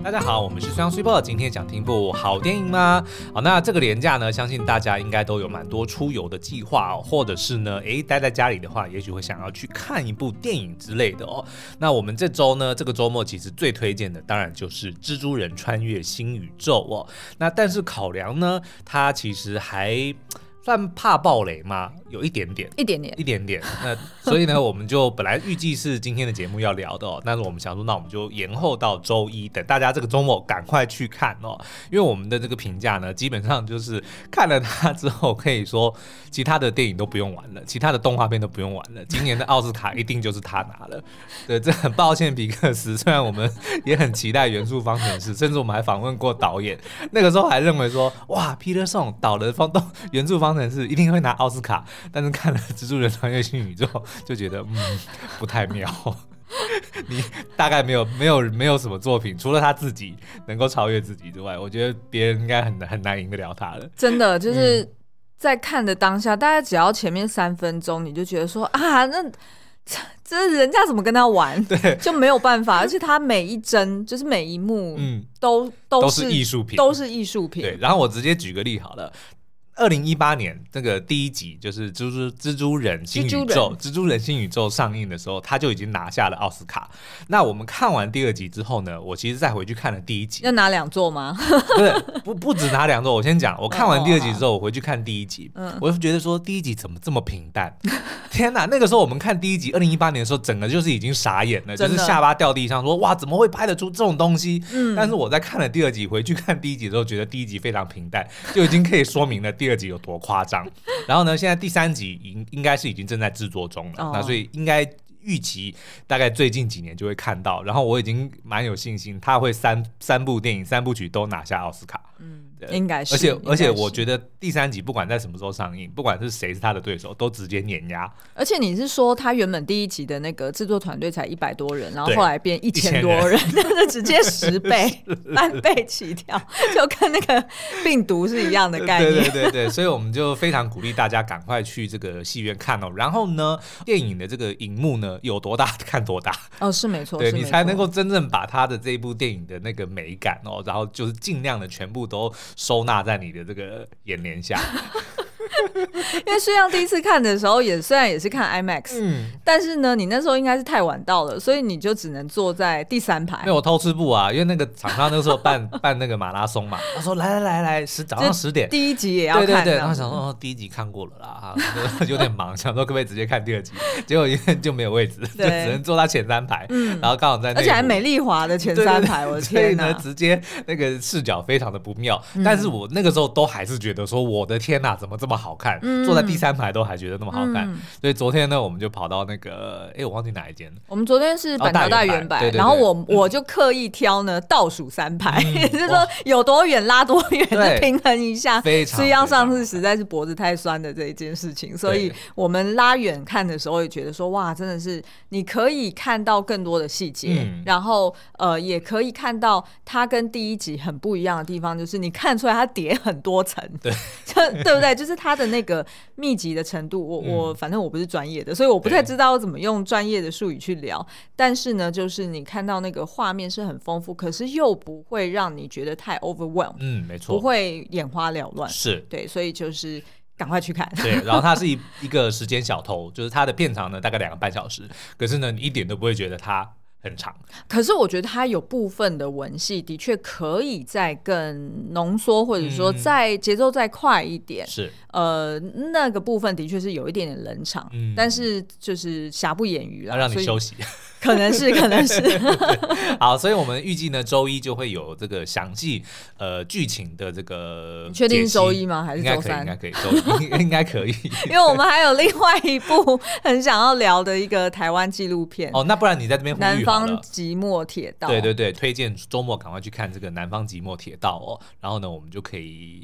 大家好，我们是虽阳虽报，今天想听部好电影吗？好，那这个连假呢，相信大家应该都有蛮多出游的计划哦，或者是呢，待在家里的话，也许会想要去看一部电影之类的哦。那我们这周呢，这个周末其实最推荐的当然就是《蜘蛛人穿越新宇宙》哦。那但是考量呢，它其实还算怕爆雷吗？有一点点。那所以呢，我们就本来预计是今天的节目要聊的哦，但是我们想说，那我们就延后到周一，等大家这个周末赶快去看哦。因为我们的这个评价呢，基本上就是看了它之后，可以说其他的电影都不用玩了，其他的动画片都不用玩了，今年的奥斯卡一定就是他拿了。对，这很抱歉皮克斯，虽然我们也很期待《元素方程式》，甚至我们还访问过导演，那个时候还认为说，哇，Peter Song 导的《元素方程式》一定会拿奥斯卡，但是看了《蜘蛛人穿越新宇宙》就觉得不太妙。你大概没有什么作品，除了他自己能够超越自己之外，我觉得别人应该很难赢得了他了。 真的就是在看的当下，大概只要前面3分钟，你就觉得说啊，那这人家怎么跟他玩， 对， 就没有办法。而且他每一帧就是每一幕，都是艺术品，都是艺术品。 对，然后我直接举个例好了。2018年这个第一集就是蜘蛛人新宇宙上映的时候，他就已经拿下了奥斯卡。那我们看完第2集之后呢，我其实再回去看了第1集。 要拿2座吗？ 不止拿2座。我先讲，我看完第2集之后，我回去看第1集，我就觉得说第1集怎么这么平淡？天哪！那个时候我们看第1集，2018年的时候，整个就是已经傻眼了，就是下巴掉地上说哇，怎么会拍得出这种东西？但是我在看了第2集，回去看第1集的时候，觉得第1集非常平淡，就已经可以说明了第2集有多夸张。然后呢，现在第3集应该是已经正在制作中了，那所以应该预期大概最近几年就会看到。然后我已经蛮有信心，他会三部电影3部曲都拿下奥斯卡。 应该是。 而且我觉得第3集不管在什么时候上映，不管是谁是他的对手，都直接碾压。 而且你是说他原本第1集的那个制作团队才100多人，然后后来变1000多人，那直接10倍3倍起跳，就跟那个病毒是一样的概念。 对，所以我们就非常鼓励大家赶快去这个戏院看哦。然后呢，电影的这个荧幕呢有多大看多大哦，是没错， 对，你才能够真正把他的这一部电影的那个美感哦，然后就是尽量的全部都收纳在你的这个眼帘下。 因为虽然第一次看的时候虽然也是看 IMAX，但是呢，你那时候应该是太晚到了，所以你就只能坐在第3排。 没有，我偷吃步啊，因为那个厂商那个时候办那个马拉松嘛，他说来，早上10点， 第1集也要看。 对，然后想说第1集看过了啦，有点忙，想说可不可以直接看第2集，结果因为就没有位置，就只能坐到前3排，然后刚好在那， 而且还美丽华的前3排，我的天哪！ 所以呢，直接那个视角非常的不妙，但是我那个时候都还是觉得说，我的天哪，怎么这么好看？坐在第3排都还觉得那么好看，所以昨天呢，我们就跑到那个，我忘记哪一间了。 我们昨天是板桥大圆柏，然后我就刻意挑呢倒数3排，就是说有多远拉多远，就平衡一下。所以上次实在是脖子太酸的这一件事情，所以我们拉远看的时候也觉得说，哇，真的是你可以看到更多的细节，然后也可以看到它跟第1集很不一样的地方，就是你看出来它叠很多层，对不对？就是它的那个密集的程度，我反正我不是专业的，所以我不太知道怎么用专业的术语去聊。但是呢，就是你看到那个画面是很丰富，可是又不会让你觉得太 overwhelm， 没错， 不会眼花缭乱， 是对，所以就是赶快去看。 对，然后它是一个时间小偷，就是它的片长呢大概2个半小时，可是呢你一点都不会觉得它很长。 可是我觉得它有部分的文戏的确可以再更浓缩，或者说再节奏再快一点。 是， 那个部分的确是有一点点冷场，但是就是瑕不掩瑜啦， 让你休息。 可能是好，所以我们预计呢周一就会有这个详细剧情的这个。 你确定是周一吗？还是周3？ 应该可以，周一应该可以。 因为我们还有另外一部很想要聊的一个台湾纪录片哦，那不然你在这边呼吁好了， 南方寂寞铁道。 对，推荐周末赶快去看这个南方寂寞铁道哦。然后呢，我们就可以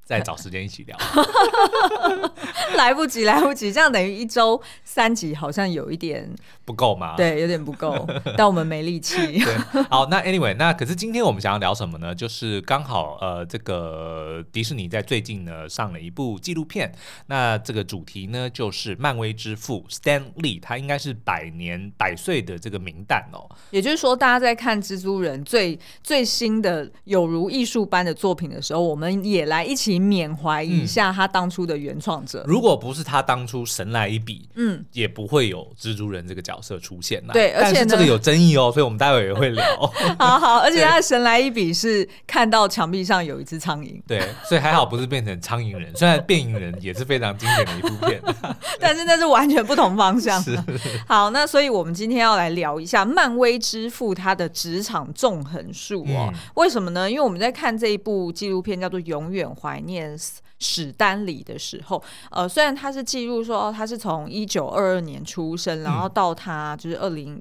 再找时间一起聊。 来不及，这样等于1周3集，好像有一点不够吗？ 对，有点不够，但我们没力气。 好，那 anyway， 那可是今天我们想要聊什么呢？就是刚好这个迪士尼在最近呢上了一部纪录片，那这个主题呢就是漫威之父 Stan Lee， 他应该是100岁的这个名旦哦。 也就是说，大家在看蜘蛛人最新的有如艺术般的作品的时候，我们也来一起缅怀一下他当初的原创者。 如果不是他当初神来一笔，也不会有蜘蛛人这个角色出现啦。 对，而且但是这个有争议哦，所以我们待会也会聊。 好，而且他的神来一笔是看到墙壁上有一只苍蝇， 对，所以还好不是变成苍蝇人，虽然变蝇人也是非常经典的一部片， 但是那是完全不同方向。好，那所以我们今天要来聊一下漫威之父他的职场纵横术哦。为什么呢？因为我们在看这一部纪录片叫做《永远怀念史丹李》的时候，虽然他是记录说他是从1922年出生，然后到他就是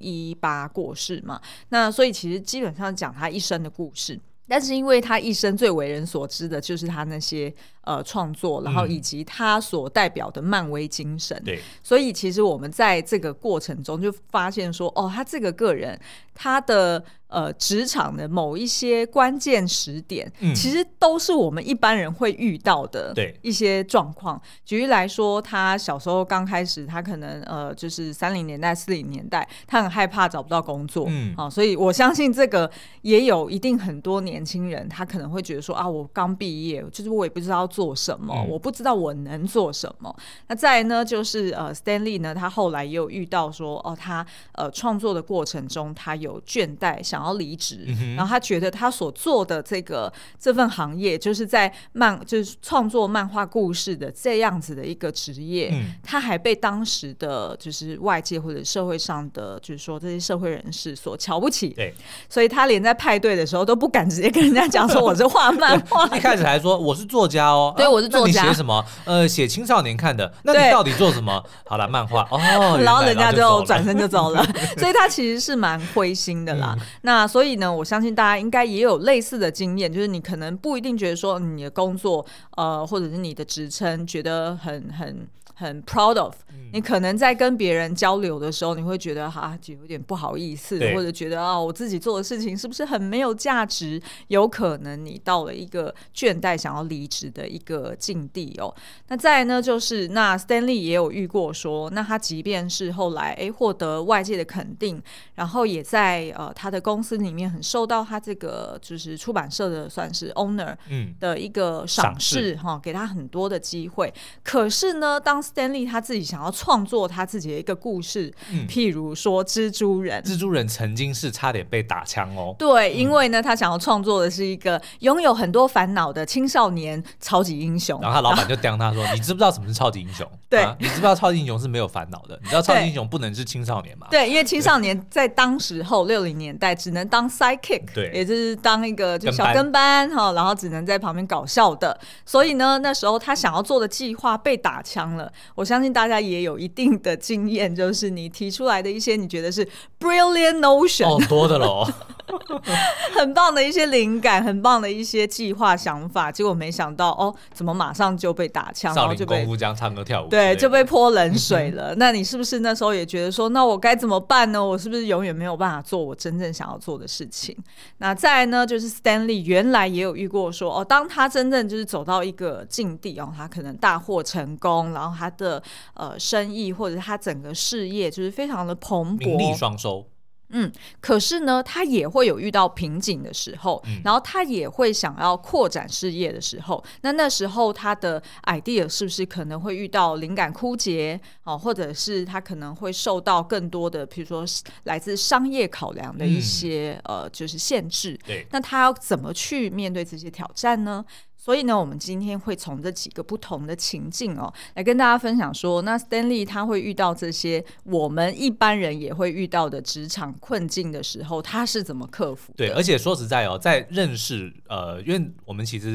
2018过世嘛，那所以其实基本上讲他一生的故事。但是因为他一生最为人所知的就是他那些创作，然后以及他所代表的漫威精神， 对， 所以其实我们在这个过程中就发现说，他这个个人他的职场的某一些关键时点，其实都是我们一般人会遇到的一些状况。举例来说，他小时候刚开始，他可能就是30年代、40年代，他很害怕找不到工作，所以我相信这个也有一定很多年轻人，他可能会觉得说我刚毕业，就是我也不知道做什么，我不知道我能做什么。那再来呢，就是Stan Lee 呢，他后来也有遇到说，他创作的过程中，他有倦怠，想要离职，然后他觉得他所做的这份行业，就是在就是创作漫画故事的这样子的一个职业，他还被当时的就是外界或者社会上的就是说这些社会人士所瞧不起， 对， 所以他连在派对的时候都不敢直接跟人家讲说我是画漫画， 一开始还说我是作家哦， 对，我是作家， 那你写什么？写青少年看的，那你到底做什么？好了，漫画哦， 然后人家就转身就走了，所以他其实是蛮灰心的啦。那所以呢，我相信大家应该也有类似的经验，就是你可能不一定觉得说你的工作或者是你的职称觉得很 proud of，你可能在跟别人交流的时候，你会觉得就有点不好意思，或者觉得我自己做的事情是不是很没有价值？有可能你到了一个倦怠想要离职的一个境地哦。那再来呢，就是那 Stan Lee 也有遇过说，那他即便是后来获得外界的肯定，然后也在他的公司里面很受到他这个就是出版社的算是 owner 的一个赏识给他很多的机会。可是呢，当Stan Lee 他自己想要创作他自己的一个故事，譬如说蜘蛛人曾经是差点被打枪哦。 对，因为呢他想要创作的是一个拥有很多烦恼的青少年超级英雄， 然后他老板就刁他说你知不知道什么是超级英雄？ 对， 你知不知道超级英雄是没有烦恼的？你知道超级英雄不能是青少年吗？ 对，因为青少年在当时候60年代只能当 sidekick， 对，也就是当一个就小跟班然后只能在旁边搞笑的，所以呢那时候他想要做的计划被打枪了。我相信大家也有一定的经验，就是你提出来的一些你觉得是 brilliant notion 多的咯很棒的一些灵感，很棒的一些计划想法，结果没想到怎么马上就被打枪， 少林功夫这样唱歌跳舞， 对，就被泼冷水了那你是不是那时候也觉得说，那我该怎么办呢？我是不是永远没有办法做我真正想要做的事情？那再来呢，就是 Stan Lee 原来也有遇过说当他真正就是走到一个境地他可能大获成功，然后他的生意或者他整个事业就是非常的蓬勃， 名利双收。 可是呢他也会有遇到瓶颈的时候，然后他也会想要扩展事业的时候，那时候他的 idea 是不是可能会遇到灵感枯竭或者是他可能会受到更多的比如说来自商业考量的一些就是限制， 对， 那他要怎么去面对这些挑战呢？所以呢，我们今天会从这几个不同的情境来跟大家分享说，那 Stan Lee 他会遇到这些我们一般人也会遇到的职场困境的时候，他是怎么克服的？ 对，而且说实在在认识因为我们其实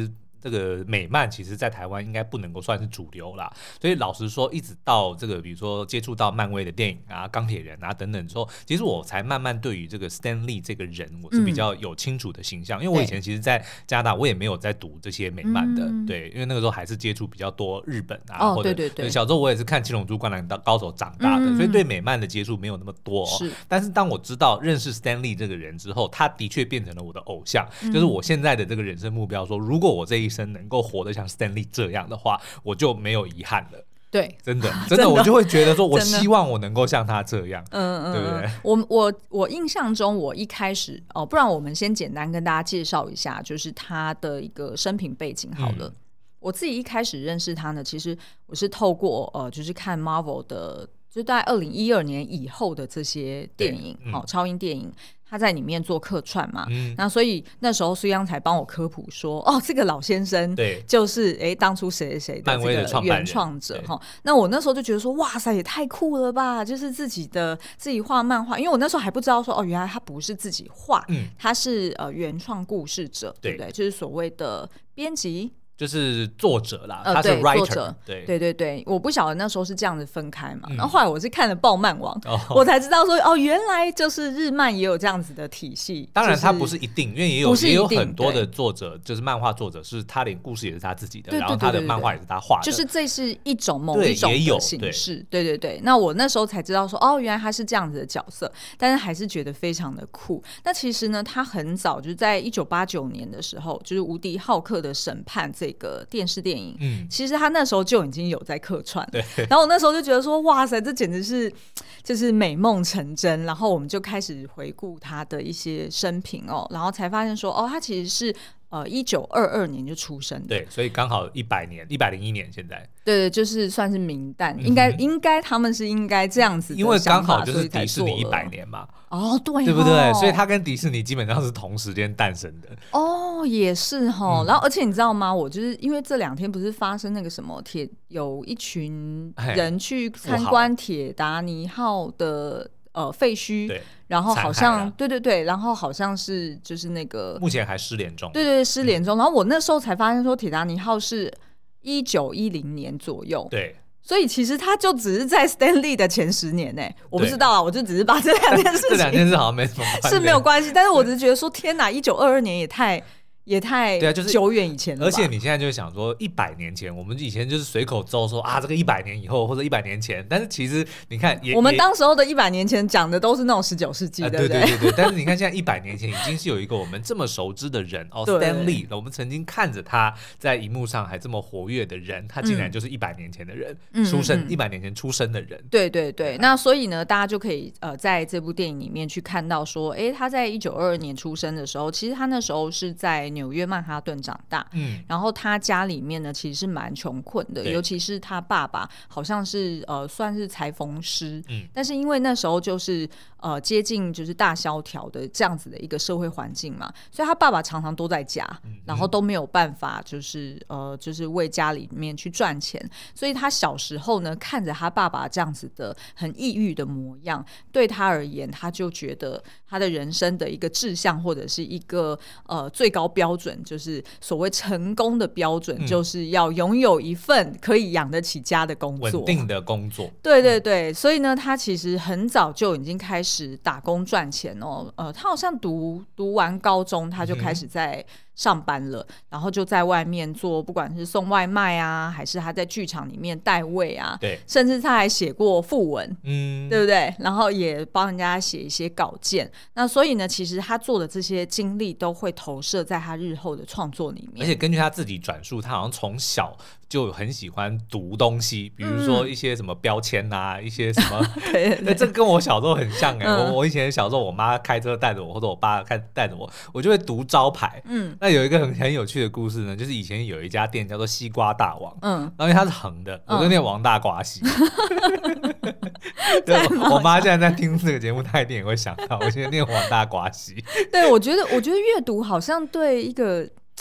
这个美漫其实在台湾应该不能够算是主流啦，所以老实说一直到这个比如说接触到漫威的电影啊、钢铁人啊等等之后，其实我才慢慢对于这个 Stan Lee 这个人我是比较有清楚的形象，因为我以前其实在加拿大我也没有在读这些美漫的，对，因为那个时候还是接触比较多日本啊，或者对小时候我也是看七龙珠灌篮高手长大的，所以对美漫的接触没有那么多，但是当我知道认识 Stan Lee 这个人之后，他的确变成了我的偶像，就是我现在的这个人生目标说，如果我这一生能够活得像 Stan Lee 这样的话，我就没有遗憾了。 对， 真的我就会觉得说我希望我能够像他这样，对不对？ 我印象中我一开始不然我们先简单跟大家介绍一下就是他的一个生平背景好了。我自己一开始认识他呢，其实我是透过就是看 Marvel 的，就大概2012年以后的这些电影，超英电影，他在里面做客串嘛，那所以那时候苏央才帮我科普说，这个老先生就是当初谁谁的这个原创者哈。那我那时候就觉得说，哇塞，也太酷了吧！就是自己画漫画，因为我那时候还不知道说，原来他不是自己画，他是原创故事者，对不对？就是所谓的编辑。 就是作者啦，他是 writer， 对，我不晓得那时候是这样子分开嘛，然后后来我是看了爆漫网，我才知道说原来就是日漫也有这样子的体系。 当然它不是一定，因为也有很多的作者，就是漫画作者是他连故事也是他自己的，然后他的漫画也是他画的， 就是这是某一种的形式，对。那我那时候才知道说原来他是这样子的角色，但是还是觉得非常的酷。那其实呢，他很早就是在1989年的时候，就是《无敌浩克的审判》这个电视电影，其实他那时候就已经有在客串，然后我那时候就觉得说，哇塞，这简直是就是美梦成真。然后我们就开始回顾他的一些生平然后才发现说，他其实是1922年就出生的， 对，所以刚好101年现在。 对，就是算是明旦，应该他们是应该这样子的想法， 因为刚好就是迪士尼100年嘛。 对不对？所以他跟迪士尼基本上是同时间诞生的。 也是然后而且你知道吗？我就是因为这2天不是发生那个什么有一群人去参观铁达尼号的废墟，然后好像对，然后好像是就是那个目前还失联中， 对，失联中。然后我那时候才发现说，铁达尼号是1910年左右， 对。 所以其实他就只是在 Stan Lee 的前10年我不知道我就只是把这2件事情， 这2件事好像没什么关系， 是没有关系，但是我只是觉得说，天哪，1922年也太久远以前了吧。 而且你现在就想说100年前，我们以前就是随口诌说这个100年以后或者100年前，但是其实你看我们当时候的100年前讲的都是那种19世纪，对不对？ 对。但是你看现在100年前已经是有一个我们这么熟知的人Stan Lee， 我们曾经看着他在荧幕上还这么活跃的人，他竟然就是100年前的人，出生100年前出生的人。 对。那所以呢，大家就可以在这部电影里面去看到说，他在1922年出生的时候，其实他那时候是在纽约曼哈顿长大，然后他家里面呢其实是蛮穷困的，尤其是他爸爸好像是算是裁缝师，但是因为那时候就是接近就是大萧条的这样子的一个社会环境嘛，所以他爸爸常常都在家，然后都没有办法就是为家里面去赚钱，所以他小时候呢看着他爸爸这样子的很抑郁的模样，对他而言他就觉得他的人生的一个志向或者是一个最高标准，就是所谓成功的标准，就是要拥有一份可以养得起家的工作， 稳定的工作。 对，所以呢他其实很早就已经开始打工赚钱他好像读完高中他就开始在上班了，然后就在外面做不管是送外卖啊，还是他在剧场里面带位啊， 对， 甚至他还写过副文，对不对？然后也帮人家写一些稿件。那所以呢其实他做的这些经历都会投射在他日后的创作里面。 而且根据他自己转述，他好像从小就很喜欢读东西，比如说一些什么标签啊，一些什么对，这跟我小时候很像我以前小时候我妈开车带着我，或者我爸带着我就会读招牌。那有一个很有趣的故事呢，就是以前有一家店叫做西瓜大王，然后因为它是横的，我就念王大瓜西。我妈现在在听这个节目，她一定也会想到我现在念王大瓜西。 对，我觉得阅读好像对一个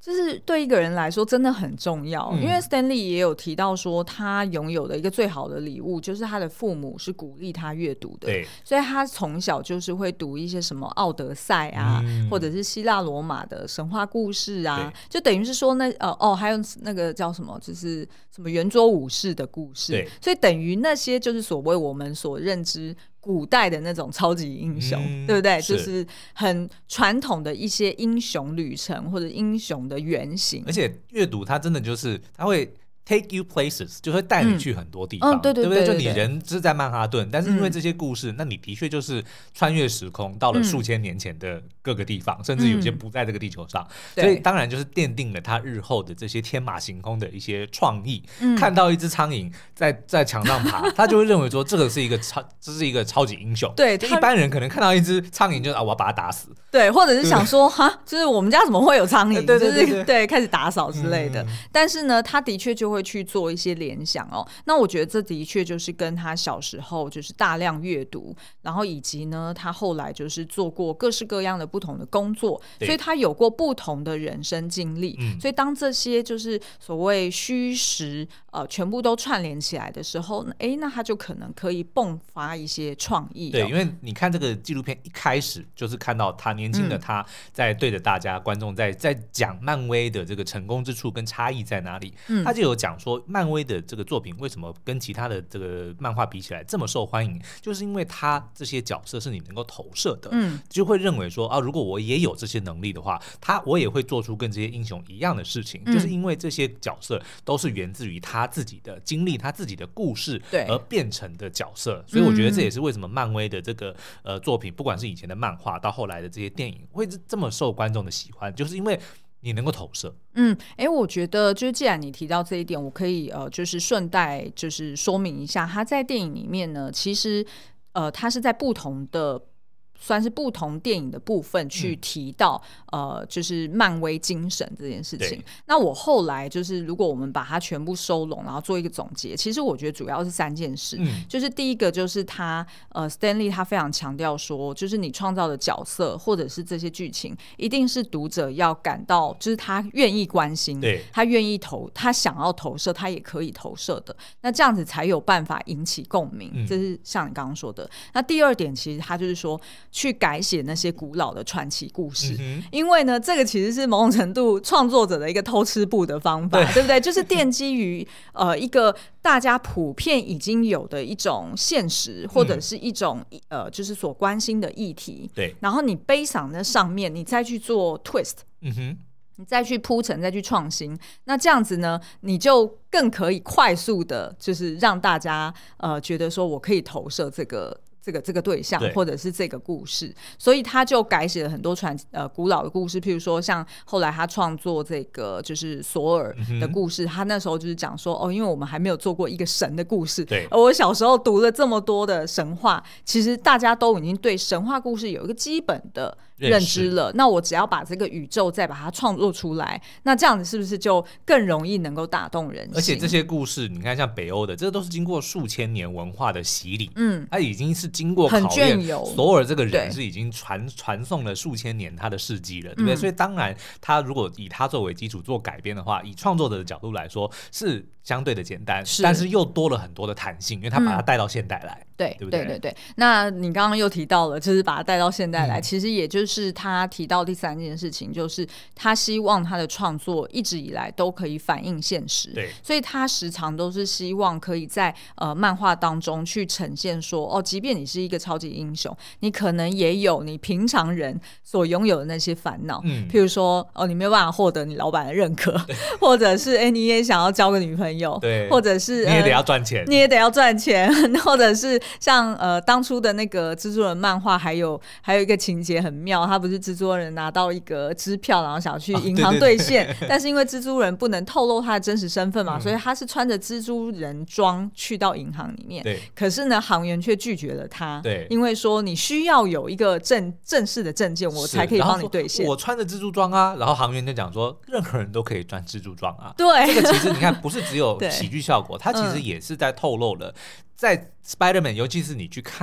就是对一个人来说真的很重要，因为 Stanley 也有提到说他拥有的一个最好的礼物就是他的父母是鼓励他阅读的， 对， 所以他从小就是会读一些什么奥德赛啊，或者是希腊罗马的神话故事啊，就等于是说还有那个叫什么，就是什么圆桌武士的故事，所以等于那些就是所谓我们所认知古代的那种超级英雄，对不对？就是很传统的一些英雄旅程或者英雄的原型。 而且阅读它真的就是它会take you places， 就会带你去很多地方， 对不对？ 就你人是在曼哈顿，但是因为这些故事，那你的确就是穿越时空到了数千年前的各个地方，甚至有些不在这个地球上，所以当然就是奠定了他日后的这些天马行空的一些创意。看到一只苍蝇在墙上爬，他就会认为说这是一个超级英雄。 对， 一般人可能看到一只苍蝇就我要把它打死， 对，或者是想说就是我们家怎么会有苍蝇，对，开始打扫之类的。但是呢，他的确就会去做一些联想哦。那我觉得这的确就是跟他小时候就是大量阅读，然后以及呢他后来就是做过各式各样的不同的工作，所以他有过不同的人生经历。所以当这些就是所谓虚实全部都串联起来的时候，那他就可能可以迸发一些创意。 对，因为你看这个纪录片一开始就是看到他年轻的他在对着大家观众在讲漫威的这个成功之处跟差异在哪里。他就有讲说漫威的这个作品为什么跟其他的这个漫画比起来这么受欢迎，就是因为他这些角色是你能够投射的，就会认为说如果我也有这些能力的话，我也会做出跟这些英雄一样的事情，就是因为这些角色都是源自于他自己的经历，他自己的故事而变成的角色。所以我觉得这也是为什么漫威的这个作品，不管是以前的漫画到后来的这些电影会这么受观众的喜欢，就是因为你能够投射。 我觉得就是既然你提到这一点，我可以就是顺带就是说明一下，他在电影里面呢，其实他是在不同的算是不同电影的部分去提到就是漫威精神这件事情。那我后来就是如果我们把它全部收拢然后做一个总结，其实我觉得主要是3件事。就是第一个就是他Stanley 他非常强调说，就是你创造的角色或者是这些剧情一定是读者要感到就是他愿意关心，他愿意他想要投射，他也可以投射的，那这样子才有办法引起共鸣。这是像你刚刚说的。那第二点其实他就是说去改写那些古老的传奇故事，因为呢这个其实是某种程度创作者的一个偷吃步的方法， 对不对？就是奠基于一个大家普遍已经有的一种现实，或者是一种就是所关心的议题， 对， 然后你背上那上面你再去做 twist，你再去铺陈，再去创新，那这样子呢你就更可以快速的就是让大家觉得说我可以投射这个对象或者是这个故事，所以他就改写了很多古老的故事，譬如说像后来他创作这个就是索尔的故事，他那时候就是讲说因为我们还没有做过一个神的故事，而我小时候读了这么多的神话，其实大家都已经对神话故事有一个基本的认知了，那我只要把这个宇宙再把它创作出来，那这样子是不是就更容易能够打动人心？ 而且这些故事你看像北欧的，这都是经过数千年文化的洗礼，它已经是经过考验，索尔这个人是已经传送了数千年他的事迹了，对不对？所以当然他如果以他作为基础做改编的话，以创作者的角度来说是相对的简单，但是又多了很多的弹性，因为他把它带到现代来，对不对？ 对。那你刚刚又提到了就是把它带到现代来，其实也就是他提到第3件事情，就是他希望他的创作一直以来都可以反映现实， 对， 所以他时常都是希望可以在漫画当中去呈现说即便你是一个超级英雄，你可能也有你平常人所拥有的那些烦恼，譬如说你没有办法获得你老板的认可，或者是你也想要交个女朋友， 对， 或者是你也得要赚钱， 或者是像当初的那个蜘蛛人漫画还有一个情节很妙，他不是蜘蛛人拿到一个支票然后想去银行兑现，但是因为蜘蛛人不能透露他的真实身份嘛，所以他是穿着蜘蛛人装去到银行里面，可是呢行员却拒绝了他，因为说你需要有一个正式的证件我才可以帮你兑现， 我穿着蜘蛛装啊，然后行员就讲说任何人都可以穿蜘蛛装啊， 对， 这个其实你看不是只有喜剧效果，它其实也是在透露了在 Spider-Man 尤其是你去看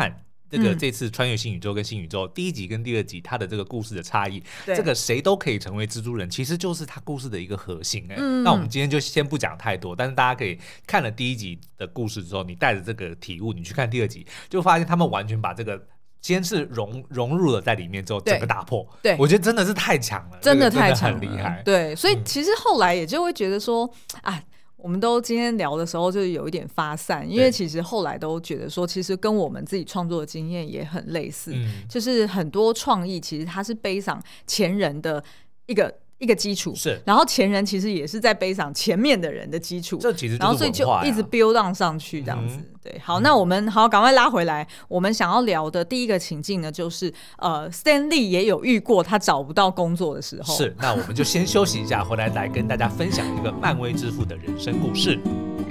这次穿越新宇宙跟新宇宙第一集跟第二集它的这个故事的差异，这个谁都可以成为蜘蛛人其实就是它故事的一个核心。那我们今天就先不讲太多，但是大家可以看了第一集的故事之后，你带着这个体悟你去看第二集，就发现他们完全把这个先是融入了在里面之后整个打破。对，我觉得真的是太强了， 真的太强了， 很厉害。 对，所以其实后来也就会觉得说我们都今天聊的时候就有一点发散，因为其实后来都觉得说其实跟我们自己创作的经验也很类似，就是很多创意其实它是背上前人的一个基础，是，然后前人其实也是在背上前面的人的基础， 这其实就是文化， 然后所以就一直 build on 上去这样子。对，好，那我们赶快拉回来，我们想要聊的第一个情境呢，就是Stan Lee 也有遇过他找不到工作的时候。 是，那我们就先休息一下，回来跟大家分享一个漫威之父的人生故事。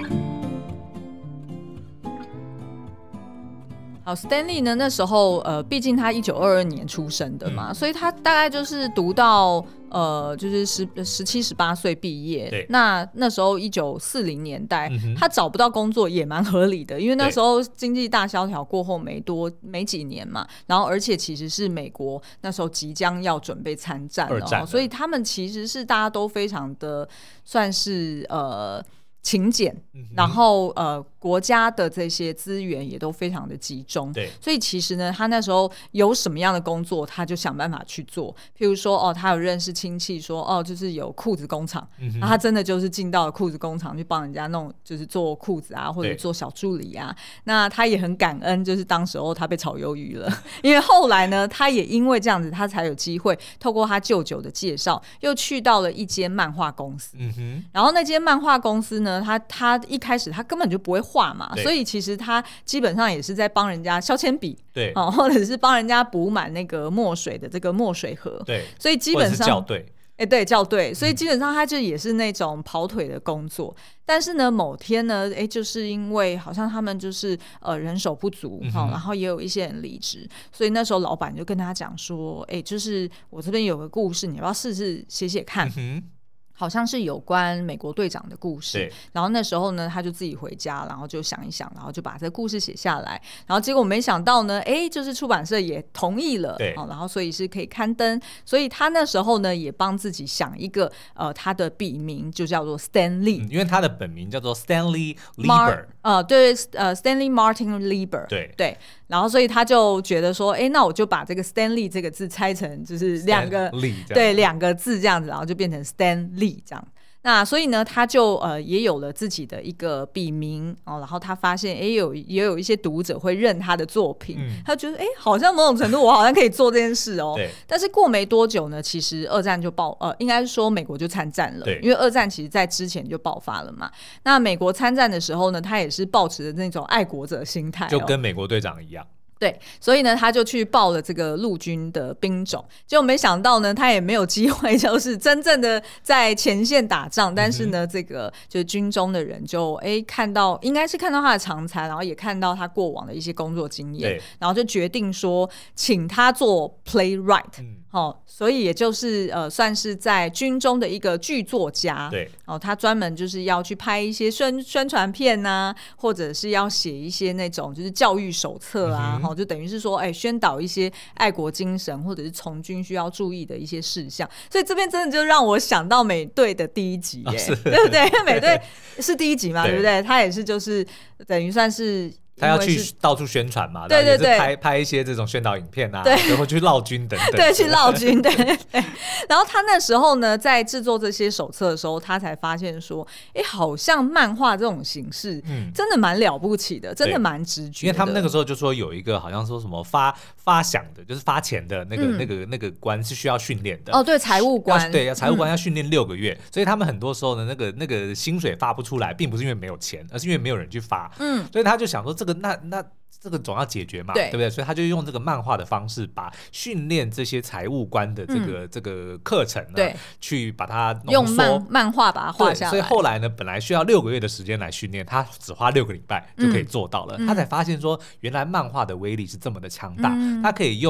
好 ，Stan Lee 呢，那时候毕竟他1922年出生的嘛，所以他大概就是读到就是17、18岁毕业。对，那时候1940年代，他找不到工作也蛮合理的，因为那时候经济大萧条过后没几年嘛，然后而且其实是美国那时候即将要准备参战了，所以他们其实是大家都非常的算是勤俭，然后国家的这些资源也都非常的集中，对，所以其实呢，他那时候有什么样的工作，他就想办法去做。譬如说，他有认识亲戚说，就是有裤子工厂，那他真的就是进到了裤子工厂去帮人家弄，就是做裤子啊，或者做小助理啊。那他也很感恩，就是当时候他被炒鱿鱼了，因为后来呢，他也因为这样子，他才有机会透过他舅舅的介绍，又去到了一间漫画公司。然后那间漫画公司呢，他一开始他根本就不会画嘛，所以其实他基本上也是在帮人家削铅笔，对，或者是帮人家补满那个墨水的这个墨水盒，对，所以基本上校对， 对，校对，所以基本上他就也是那种跑腿的工作。但是呢，某天呢，就是因为好像他们就是人手不足，然后也有一些人离职，所以那时候老板就跟他讲说，就是我这边有个故事，你要不要试试写写看？好像是有关美国队长的故事，然后那时候呢，他就自己回家，然后就想一想，然后就把这个故事写下来，然后结果没想到呢，就是出版社也同意了，然后所以是可以刊登，所以他那时候呢也帮自己想一个他的笔名就叫做 Stan Lee， 因为他的本名叫做 Stanley Lieber， 对，Stanley Martin Lieber，对。然后所以他就觉得说，那我就把这个 Stanley 这个字拆成就是两个字这样子，然后就变成 Stan Lee 这样。那所以呢，他就也有了自己的一个笔名然后他发现也有一些读者会认他的作品，他觉得好像某种程度我好像可以做这件事对。但是过没多久呢，其实二战就应该是说美国就参战了，因为二战其实在之前就爆发了嘛。那美国参战的时候呢，他也是抱持的那种爱国者心态， 就跟美国队长一样。 对，所以呢，他就去报了这个陆军的兵种，结果没想到呢，他也没有机会，就是真正的在前线打仗。但是呢，这个就是军中的人就应该是看到他的长才，然后也看到他过往的一些工作经验，然后就决定说，请他做 playwright。所以也就是算是在军中的一个剧作家，对，他专门就是要去拍一些宣传片啊，或者是要写一些那种就是教育手册啊，就等于是说宣导一些爱国精神或者是从军需要注意的一些事项。所以这边真的就让我想到美队的第一集对不对？因为美队是第一集嘛，对不对？他也是就是等于算是他要去到处宣传嘛， 对， 也是拍一些这种宣导影片啊，然后去闹军等等， 对，去闹军，对。然后他那时候呢，在制作这些手册的时候，他才发现说，好像漫画这种形式，真的蛮了不起的，真的蛮直觉的。 因为他们那个时候就说有一个好像说什么发饷的，就是发钱的那个官是需要训练的。 对，财务官， 对，财务官要训练6个月，所以他们很多时候呢，那个薪水发不出来，并不是因为没有钱，而是因为没有人去发。所以他就想说那这个总要解决嘛，对不对？所以他就用这个漫画的方式，把训练这些财务官的这个课程呢，去把它浓缩， 用漫画把它画下来。 所以后来呢，本来需要6个月的时间来训练，他只花6个礼拜就可以做到了。他才发现说，原来漫画的威力是这么的强大，他可以用语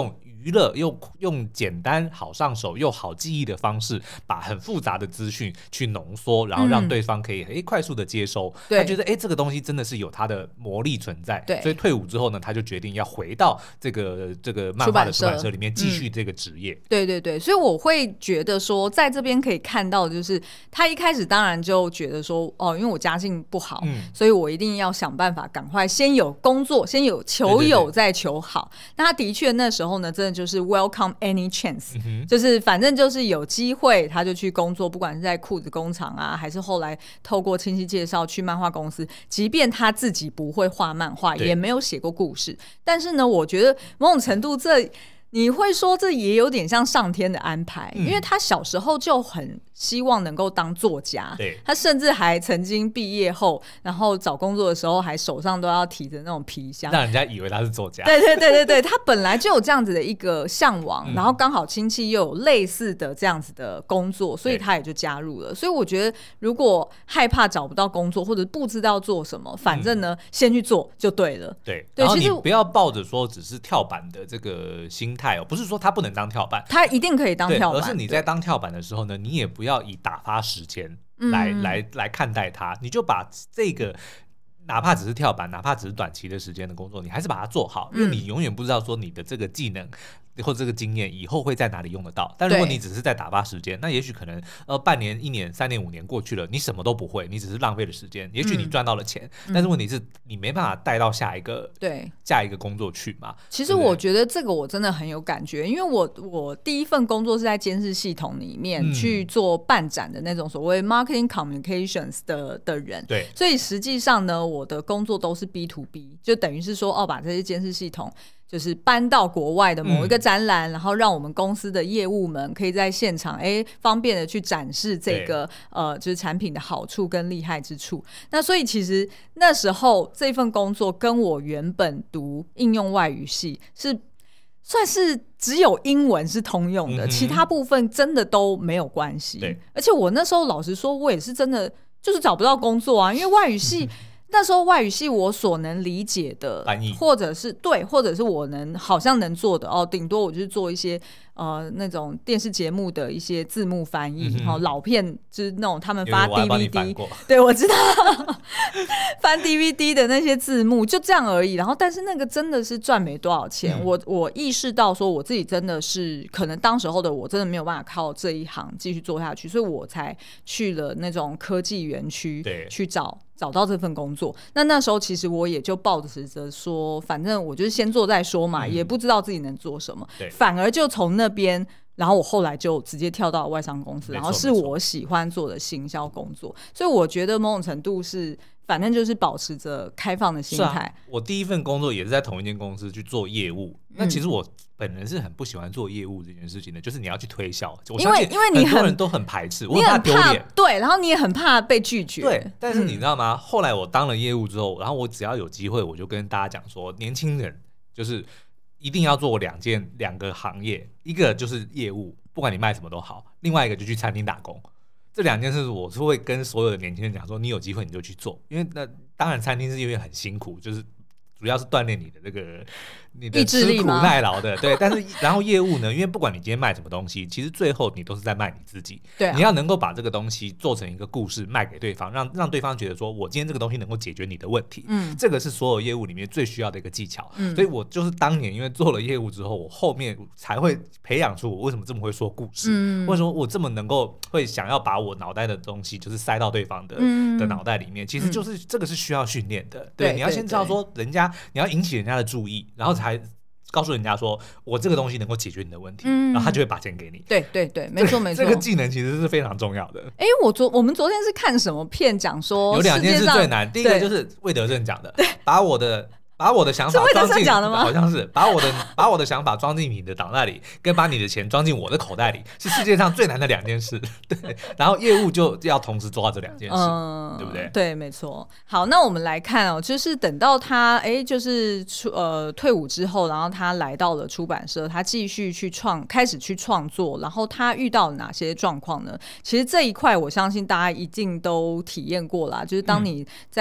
娱乐又用简单好上手又好记忆的方式，把很复杂的资讯去浓缩，然后让对方可以快速的接收。他觉得这个东西真的是有它的魔力存在，所以退伍之后呢，他就决定要回到这个漫画的出版社里面继续这个职业。 对对对，所以我会觉得说，在这边可以看到，就是他一开始当然就觉得说，因为我家境不好，所以我一定要想办法赶快先有工作，先有求有再求好。那他的确那时候呢，真的就是 welcome any chance，就是反正就是有机会他就去工作，不管是在裤子工厂啊，还是后来透过亲戚介绍去漫画公司，即便他自己不会画漫画，也没有写过故事，但是呢，我觉得某种程度你会说这也有点像上天的安排，因为他小时候就很希望能够当作家，他甚至还曾经毕业后，然后找工作的时候还手上都要提着那种皮箱， 让人家以为他是作家。 对对对对对，他本来就有这样子的一个向往，然后刚好亲戚又有类似的这样子的工作，所以他也就加入了。所以我觉得如果害怕找不到工作或者不知道做什么，反正呢先去做就对了。 对，然后你不要抱着说只是跳板的这个心态不是说他不能当跳板， 他一定可以当跳板， 而是你在当跳板的时候呢，你也不要以打发时间来看待它，你就把这个哪怕只是跳板，哪怕只是短期的时间的工作，你还是把它做好，因为你永远不知道说你的这个技能或这个经验以后会在哪里用得到。但如果你只是在打发时间，那也许可能半年、1年、3年、5年过去了，你什么都不会，你只是浪费了时间。也许你赚到了钱，但是问题是你没办法带到下一个工作去嘛。 其实我觉得这个我真的很有感觉，因为我第一份工作是在监视系统里面去做办展的那种所谓 marketing communications 的人， 对， 所以实际上呢，我的工作都是 B to B， 就等于是说把这些监视系统就是搬到国外的某一个展览，然后让我们公司的业务们可以在现场方便的去展示这个就是产品的好处跟厉害之处。那所以其实那时候这份工作跟我原本读应用外语系是算是只有英文是通用的，其他部分真的都没有关系。而且我那时候老实说，我也是真的就是找不到工作啊，因为外语系那时候外语系我所能理解的翻译， 或者是我好像能做的顶多我就是做一些那种电视节目的一些字幕翻译，老片就是那种他们发 DVD， 对，我知道翻 DVD 的那些字幕就这样而已。然后但是那个真的是赚没多少钱，我意识到说我自己真的是可能当时候的我真的没有办法靠这一行继续做下去，所以我才去了那种科技园区去找到这份工作。那时候其实我也就抱着说反正我就是先做再说嘛，也不知道自己能做什么，反而就从那边，然后我后来就直接跳到外商公司，然后是我喜欢做的行销工作。所以我觉得某种程度是反正就是保持着开放的心态。 我第一份工作也是在同一间公司去做业务，那其实我本人是很不喜欢做业务这件事情的，就是你要去推销，因为你很多人都很排斥，我很怕丢脸， 对，然后你也很怕被拒绝， 对。但是你知道吗？后来我当了业务之后，然后我只要有机会，我就跟大家讲说，年轻人就是一定要做两个行业，一个就是业务，不管你卖什么都好；另外一个就去餐厅打工。这2件事我是会跟所有的年轻人讲说，你有机会你就去做，因为那当然餐厅是因为很辛苦，就是主要是锻炼你的这个你的吃苦耐劳的，对。但是然后业务呢，因为不管你今天卖什么东西，其实最后你都是在卖你自己。 对、 你要能够把这个东西做成一个故事卖给对方，让对方觉得说我今天这个东西能够解决你的问题。这个是所有业务里面最需要的一个技巧。所以我就是当年因为做了业务之后，我后面才会培养出我为什么这么会说故事，为什么我这么能够会想要把我脑袋的东西就是塞到对方的脑袋里面。其实就是这个是需要训练的。对，你要先知道说你要引起人家的注意，然后才告诉人家说我这个东西能够解决你的问题，然后他就会把钱给你。 对对对，没错没错， 这个技能其实是非常重要的。 我们昨天是看什么片讲说有2件事最难，第一个就是魏德正讲的，把我的想法装进，好像是把我的想法装进你的脑袋里，跟把你的钱装进我的口袋里，是世界上最难的2件事。对，然后业务就要同时做到这2件事，对不对？ 对，没错。好，那我们来看就是等到他就是退伍之后，然后他来到了出版社，他继续开始去创作，然后他遇到哪些状况呢？其实这一块我相信大家一定都体验过啦，就是当你在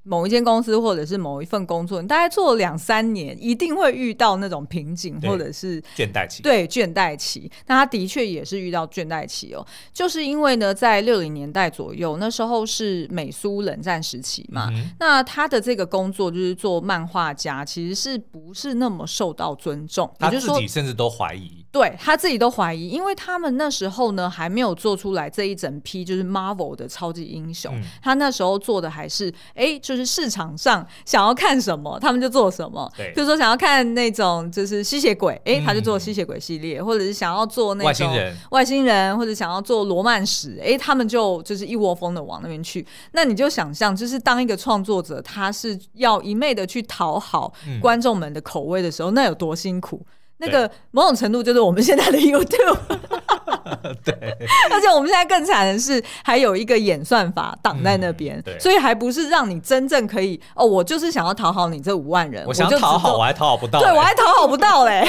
某一间公司或者是某一份工作，你大概做了2-3年，一定会遇到那种瓶颈或者是倦怠期。 对，倦怠期。那他的确也是遇到倦怠期哦，就是因为呢，在60年代左右，那时候是美苏冷战时期嘛，那他的这个工作就是做漫画家，其实是不是那么受到尊重？ 他自己甚至都怀疑， 对他自己都怀疑，因为他们那时候呢还没有做出来这一整批就是 Marvel 的超级英雄，他那时候做的还是就是市场上想要看什么他们就做什么，比如说想要看那种就是吸血鬼，他就做吸血鬼系列，或者是想要做那种外星人，或者想要做罗曼史，他们就是一窝蜂的往那边去。那你就想象，就是当一个创作者他是要一昧的去讨好观众们的口味的时候，那有多辛苦。那个某种程度就是我们现在的 YouTube 对， 而且我们现在更惨的是还有一个演算法挡在那边，所以还不是让你真正可以我就是想要讨好你这5万人， 我想讨好我还讨好不到， 对，我还讨好不到嘞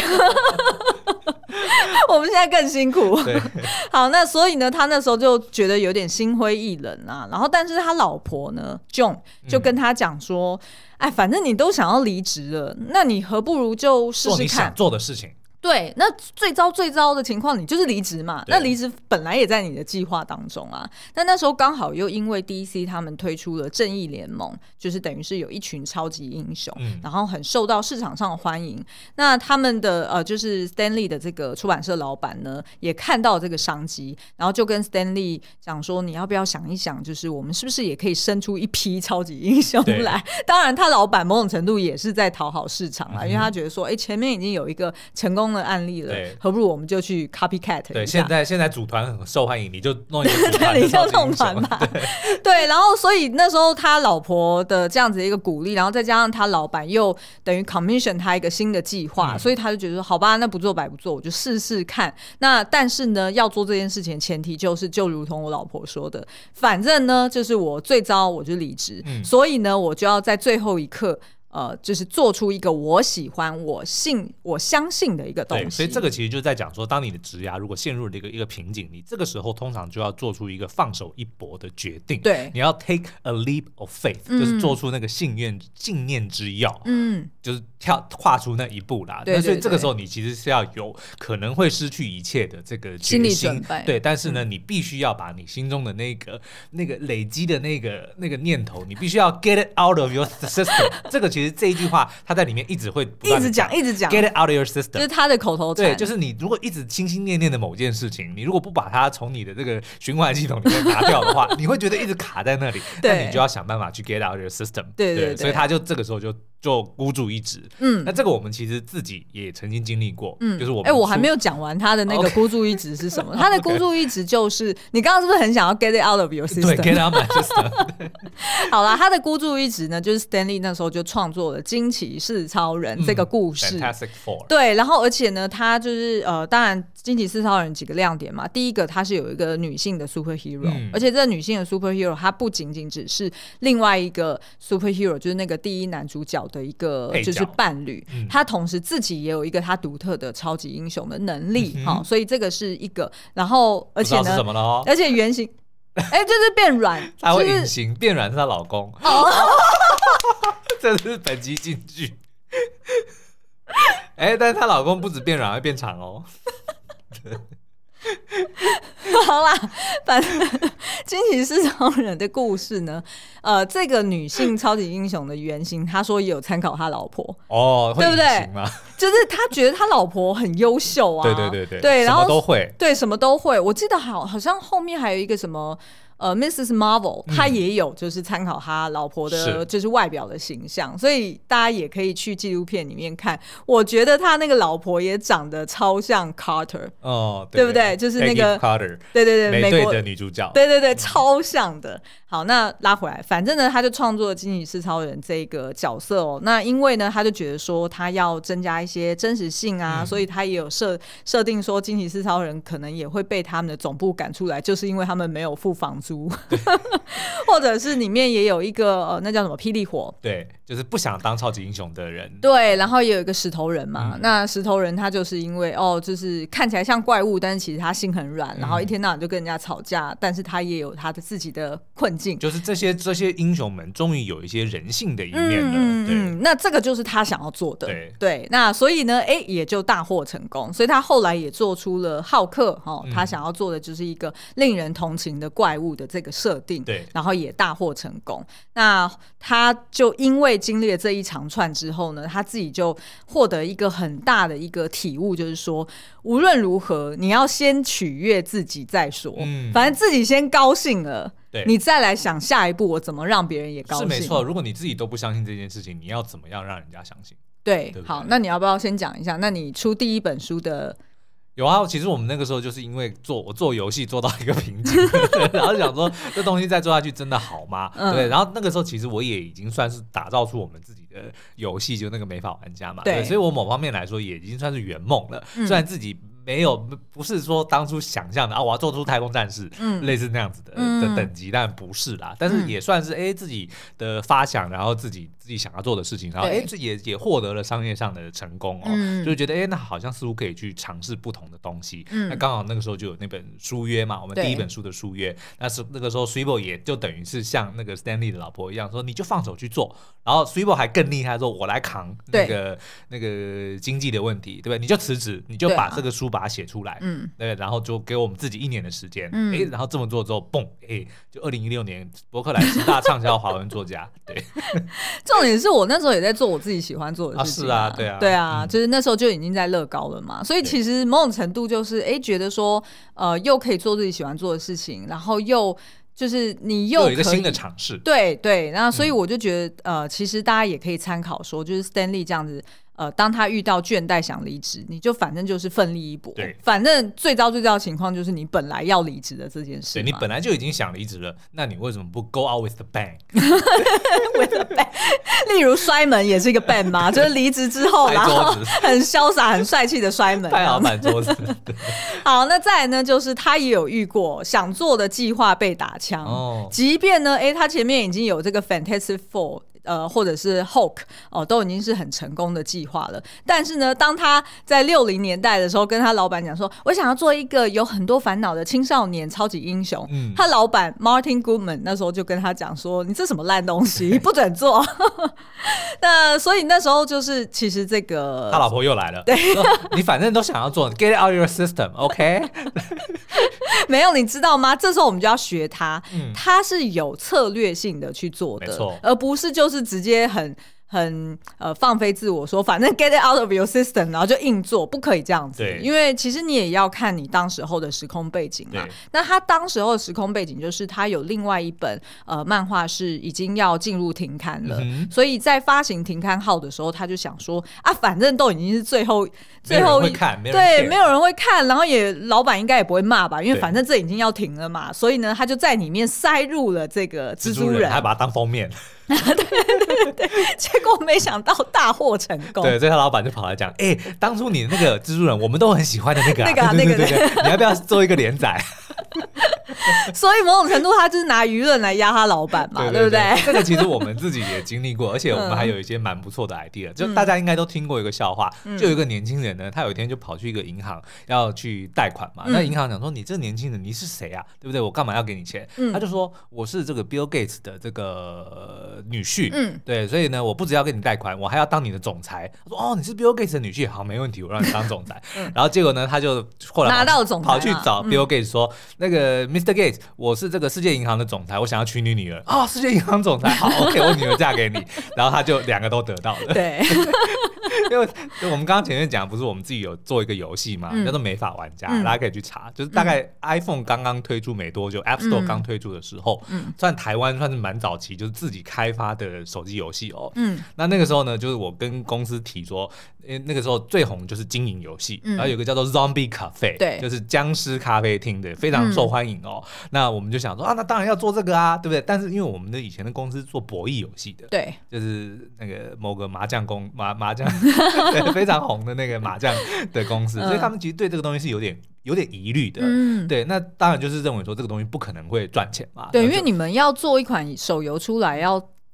我们现在更辛苦好，那所以呢他那时候就觉得有点心灰意冷啊，然后但是他老婆呢 John 就跟他讲说反正你都想要离职了，那你何不如就试试看做你想做的事情。 对，那最糟的情况你就是离职嘛，那离职本来也在你的计划当中啊，但那时候刚好又因为 DC 他们推出了正义联盟，就是等于是有一群超级英雄，然后很受到市场上的欢迎，那他们的就是 Stanley 的这个出版社老板呢也看到这个商机，然后就跟 Stanley 讲说你要不要想一想，就是我们是不是也可以生出一批超级英雄来。当然他老板某种程度也是在讨好市场啦，因为他觉得说前面已经有一个成功的案例了，何不如我们就去 copycat 一下。 对，现在组团很受欢迎，你就弄一个组团你就弄团吧。对，然后所以那时候他老婆的这样子一个鼓励，然后再加上他老板又等于 commission 他一个新的计划，所以他就觉得说好吧，那不做白不做，我就试试看。那但是呢要做这件事情前提就如同我老婆说的，反正呢就是我最糟我就离职，所以呢我就要在最后一刻就是做出一个我喜欢我相信的一个东西。 对，所以这个其实就在讲说，当你的职涯如果陷入了一个瓶颈，你这个时候通常就要做出一个放手一搏的决定。 对， 你要 take a leap of faith，就是做出那个信念之跃，就是跨出那一步啦。那所以这个时候你其实是要有可能会失去一切的这个决心， 心理准备。 对，但是呢，你必须要把你心中的那个累积的那个念头，你必须要 get it out of your system。这个其实这一句话他在里面一直会不断地讲一直讲 get it out of your system， 就是他的口头禅。 对，就是你如果一直心心念念的某件事情，你如果不把它从你的这个循环系统里面拿掉的话，你会觉得一直卡在那里。那你就要想办法去 get out of your system。 对，所以他就这个时候就孤注一掷。那这个我们其实自己也曾经经历过。就是我还没有讲完他的那个孤注一掷是什么。他的孤注一掷就是你刚刚是不是很想要 get it out of your system？ 对， get out of my system 好啦，他的孤注一掷呢就是 Stanley 那时候就创作了惊奇四超人这个故事。 Fantastic Four。 对，然后而且呢他就是当然惊奇四超人几个亮点嘛，第一个他是有一个女性的 superhero，而且这个女性的 superhero 她不仅仅只是另外一个 superhero， 就是那个第一男主角的一个就是伴侣，他同时自己也有一个他独特的超级英雄的能力，所以这个是一个。然后而且呢， 是什么了而且原型就是变软， 他会隐形，变软是她老公。这是本集金句。但是她老公不止变软，会变长哦。 好啦，反正惊奇四超人的故事呢，这个女性超级英雄的原型，他说也有参考他老婆对不对？就是他觉得他老婆很优秀啊， 对， 然后什么都会， 对，什么都会。我记得好像后面还有一个什么。Mrs. Marvel 他也有就是参考他老婆的就是外表的形象，所以大家也可以去纪录片里面看。我觉得他那个老婆也长得超像 Carter 对不对？就是那个 Carter， 对美队的女主角， 对，超像的。好，那拉回来，反正呢他就创作了惊奇四超人这个角色那因为呢他就觉得说他要增加一些真实性啊，所以他也有设定说惊奇四超人可能也会被他们的总部赶出来，就是因为他们没有付房租或者是里面也有一个那叫什么霹雳火， 对， 就是不想当超级英雄的人。 对，然后也有一个石头人嘛，那石头人他就是因为就是看起来像怪物，但是其实他心很软，然后一天到晚就跟人家吵架，但是他也有他的自己的困境。 就是这些英雄们终于有一些人性的一面了。对， 那这个就是他想要做的。对，那所以呢，也就大获成功。所以他后来也做出了浩克，他想要做的就是一个令人同情的怪物的这个设定。 对， 然后也大获成功。那他就因为经历了这一长串之后呢，他自己就获得一个很大的一个体悟，就是说无论如何你要先取悦自己再说，反正自己先高兴了，你再来想下一步我怎么让别人也高兴。 是没错，如果你自己都不相信这件事情，你要怎么样让人家相信？ 对，好，那你要不要先讲一下，那你出第一本书的？ 有啊，其实我们那个时候就是因为我做游戏做到一个瓶颈然后想说这东西再做下去真的好吗？对，然后那个时候其实我也已经算是打造出我们自己的游戏，就那个美法玩家嘛。对，所以我某方面来说也已经算是圆梦了，虽然自己不是说当初想象的我要做出太空战士，类似那样子的等级，但不是啦。但是也算是自己的发想，然后自己想要做的事情，然后也获得了商业上的成功就觉得那好像似乎可以去尝试不同的东西。那刚好那个时候就有那本书约嘛，我们第一本书的书约。那个时候 Swibble 也就等于是像那个 Stanley 的老婆一样，说你就放手去做。然后 Swibble 还更厉害，说我来扛那个经济的问题，对不对？你就辞职，你就把这个书把它写出来，对，然后就给我们自己1年的时间，然后这么做之后，嘣，就2016年博客来10大畅销华文作家，对。 重点是我那时候也在做我自己喜欢做的事情， 是啊，对啊， 就是那时候就已经在乐高了嘛，所以其实某种程度就是觉得说，又可以做自己喜欢做的事情，然后又就是你又有一个新的尝试， 对，然后所以我就觉得，其实大家也可以参考说，就是 Stanley 这样子。当他遇到倦怠想离职，你就反正就是奋力一搏，反正最糟的情况就是你本来要离职的这件事， 对，你本来就已经想离职了，那你为什么不 go out with the bang？ with the bang， 例如摔门也是一个 bang 嘛，就是离职之后然后很潇洒很帅气的摔门， 拍老板桌子。 好，那再来呢，就是他也有遇过想做的计划被打枪，即便呢他前面已经有这个 Fantastic Four或者是 Hulk 都已经是很成功的计划了，但是呢，当他在60年代的时候跟他老板讲说，我想要做一个有很多烦恼的青少年超级英雄，他老板 Martin Goodman 那时候就跟他讲说，你这什么烂东西，不准做。那所以那时候就是其实这个他老婆又来了，对，你反正都想要做 ，get out your system，OK？ 没有，你知道吗？这时候我们就要学他，他是有策略性的去做的， 没错， 而不是就是直接很放飞自我说反正 get it out of your system 然后就硬做，不可以这样子，因为其实你也要看你当时候的时空背景嘛。那他当时候的时空背景就是他有另外一本漫画是已经要进入停刊了，所以在发行停刊号的时候他就想说反正都已经是最后没有人会看， 对，没有人会看，然后也老板应该也不会骂吧，因为反正这已经要停了嘛，所以呢他就在里面塞入了这个蜘蛛人， 还把它当封面。 对，结果没想到大获成功。 对，所以他老板就跑来讲，当初你那个蜘蛛人我们都很喜欢的那个对，你要不要做一个连载？ 所以某种程度他就是拿舆论来压他老板嘛，对不对？ 这个其实我们自己也经历过，而且我们还有一些蛮不错的 idea，就大家应该都听过一个笑话，就有一个年轻人呢，他有一天就跑去一个银行要去贷款嘛，那银行讲说，你这年轻人你是谁啊，对不对？我干嘛要给你钱？他就说我是这个 Bill Gates 的这个女婿，对，所以呢我不只要给你贷款，我还要当你的总裁。他说你是 Bill Gates 的女婿，好，没问题，我让你当总裁。然后结果呢他就后来拿到总裁跑去找 Bill Gates 说，那个 Mr. Gates， 我是这个世界银行的总裁，我想要娶你女儿。世界银行总裁，好 ，OK， 我女儿嫁给你。然后他就2个都得到了。 对， 因为我们刚刚前面讲，不是我们自己有做一个游戏嘛，叫做美法玩家，大家可以去查。就是大概 iPhone 刚刚推出没多久，App Store 刚推出的时候，算台湾算是蛮早期，就是自己开发的手机游戏那个时候呢，就是我跟公司提说，那个时候最红就是经营游戏，然后有个叫做 Zombie Cafe， 对，就是僵尸咖啡厅的，非常受欢迎那我们就想说那当然要做这个啊，对不对？但是因为我们的以前的公司做博弈游戏的， 对， 就是那个某个麻将对，非常红的那个麻将的公司，所以他们其实对这个东西是有点疑虑的，对，那当然就是认为说这个东西不可能会赚钱嘛， 对，因为你们要做一款手游出来，要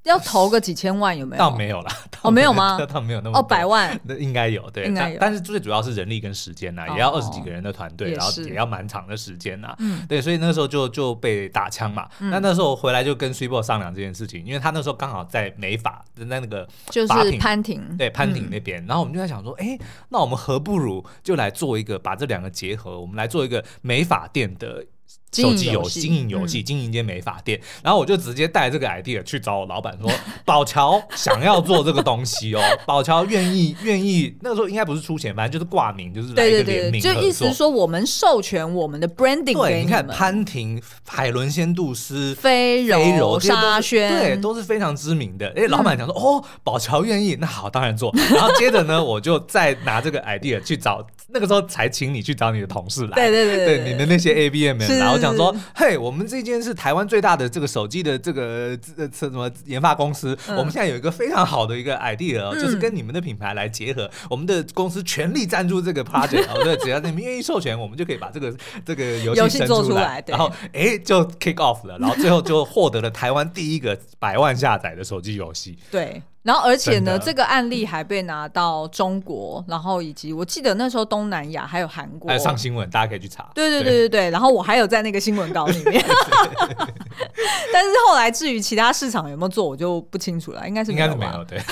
要投个几千万有没有？ 倒没有啦， 没有吗？ 倒没有那么 100万， 应该有，对，但是最主要是人力跟时间也要20几个人的团队，然后也要蛮长的时间对，所以那时候就被打枪嘛。那时候我回来就跟 Super 商量这件事情，因为他那时候刚好在美法在那个就是潘婷， 对，潘婷那边，然后我们就在想说，那我们何不如就来做一个把这两个结合，我们来做一个美发店的手机游戏、经营游戏、经营一间美发店，然后我就直接带这个 idea 去找我老板说，宝乔想要做这个东西宝乔愿意，那个时候应该不是出钱，反正就是挂名，就是来一个联名合作， 就意思是说我们授权我们的 branding 给对，你看潘婷、海伦仙度丝、 飞柔、沙宣， 对，都是非常知名的。老板讲说，宝乔愿意，那好，当然做。然后接着呢，我就再拿这个 idea 去找，那个时候才请你去找你的同事来，对，你的那些 ABM 们，然后讲说，嘿，我们这间是台湾最大的这个手机的这个什么研发公司，我们现在有一个非常好的一个 idea，就是跟你们的品牌来结合，我们的公司全力赞助这个 project，对，只要你们愿意授权，我们就可以把这个游戏生出来，然后就 kick off 了，然后最后就获得了台湾第一个100万下载的手机游戏， 对。然后而且呢，这个案例还被拿到中国，然后以及我记得那时候东南亚还有韩国， 还有上新闻，大家可以去查。 对。然后我还有在那个新闻稿里面，但是后来至于其他市场有没有做，我就不清楚了，应该是没有， 对。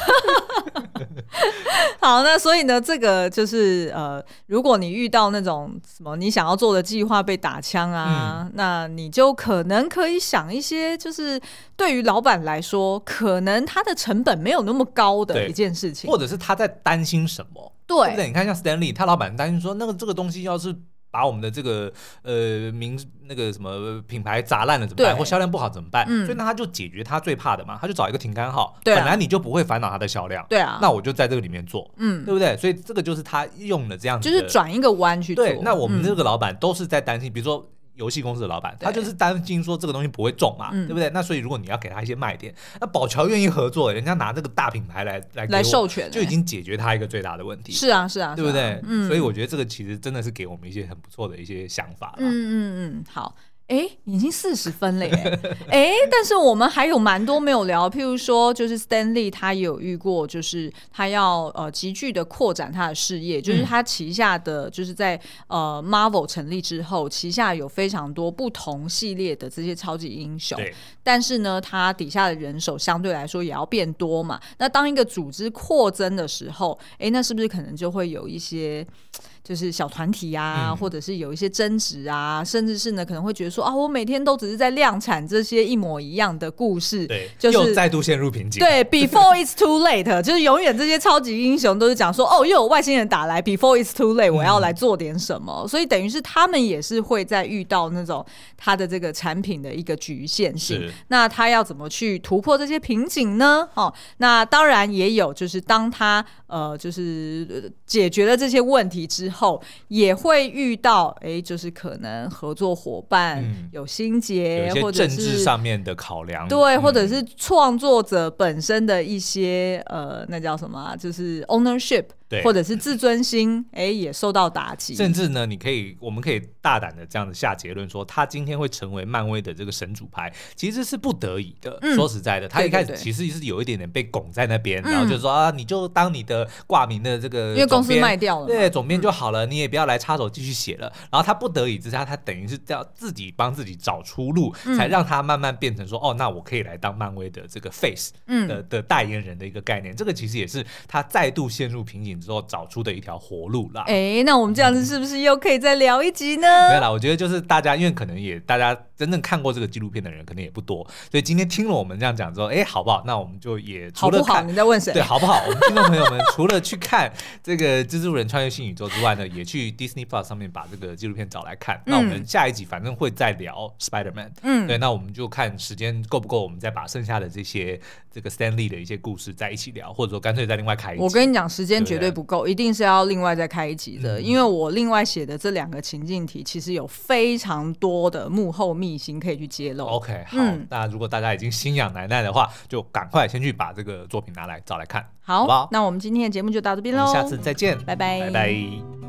好，那所以呢，这个就是如果你遇到那种什么你想要做的计划被打枪那你就可能可以想一些，就是对于老板来说，可能他的成本没有那么高的一件事情， 或者是他在担心什么，对不对？你看像 Stanley， 他老板担心说，这个东西要是把我们的这个那个什么品牌砸烂了怎么办，或销量不好怎么办，所以那他就解决他最怕的嘛，他就找一个停刊号，本来你就不会烦恼他的销量，那我就在这个里面做，对不对？所以这个就是他用了这样子的， 就是转一个弯去做。 对，那我们这个老板都是在担心，比如说游戏公司的老板，他就是担心说这个东西不会中嘛，对不对？那所以如果你要给他一些卖点，那宝乔愿意合作，人家拿这个大品牌来授权， 就已经解决他一个最大的问题。 是啊， 对不对？所以我觉得这个其实真的是给我们一些很不错的一些想法。 好。已经40分了耶！但是我们还有蛮多没有聊，譬如说，就是 Stanley 他也有遇过，就是他要急剧的扩展他的事业，就是他旗下的就是在Marvel 成立之后，旗下有非常多不同系列的这些超级英雄，但是呢，他底下的人手相对来说也要变多嘛。那当一个组织扩增的时候，那是不是可能就会有一些？就是小团体或者是有一些争执甚至是呢可能会觉得说我每天都只是在量产这些一模一样的故事， 对， 就是又再度陷入瓶颈。 对 ，Before it's too late， 就是永远这些超级英雄都是讲说又有外星人打来 ，Before it's too late， 我要来做点什么。所以等于是他们也是会在遇到那种他的这个产品的一个局限性，那他要怎么去突破这些瓶颈呢？那当然也有，就是当他就是解决了这些问题之后，也会遇到就是可能合作伙伴有心结， 有一些政治上面的考量， 对，或者是创作者本身的一些那叫什么就是 ownership，或者是自尊心也受到打击， 甚至呢我们可以大胆的这样子下结论说，他今天会成为漫威的这个神主牌其实是不得已的。说实在的，他一开始其实是有一点点被拱在那边，然后就说你就当你的挂名的这个， 因为公司卖掉了， 对，总编就好了，你也不要来插手继续写了。然后他不得已之下，他等于是要自己帮自己找出路，才让他慢慢变成说那我可以来当漫威的这个 face 的代言人的一个概念。这个其实也是他再度陷入瓶颈之后找出的一条活路啦。 那我们这样子是不是又可以再聊一集呢？ 没有啦，我觉得就是大家因为可能大家真正看过这个纪录片的人可能也不多，所以今天听了我们这样讲之后，好不好？那我们就也除了看， 好不好？你在问谁？ 对，好不好？我们听众朋友们除了去看这个蜘蛛人穿越新宇宙之外呢，也去 Disney Plus 上面把这个纪录片找来看。那我们下一集反正会再聊 Spider-Man，对，那我们就看时间够不够，我们再把剩下的这个 Stan Lee 的一些故事再一起聊，或者说干脆再另外开一集。 我跟你讲，时间绝对不够，一定是要另外再开一集的，因为我另外写的这2个情境题其实有非常多的幕后秘辛可以去揭露。 OK， 好，那如果大家已经心痒难耐的话，就赶快先去把这个作品找来看，好不好？ 那我们今天的节目就到这边喽， 下次再见， 拜拜， 拜拜。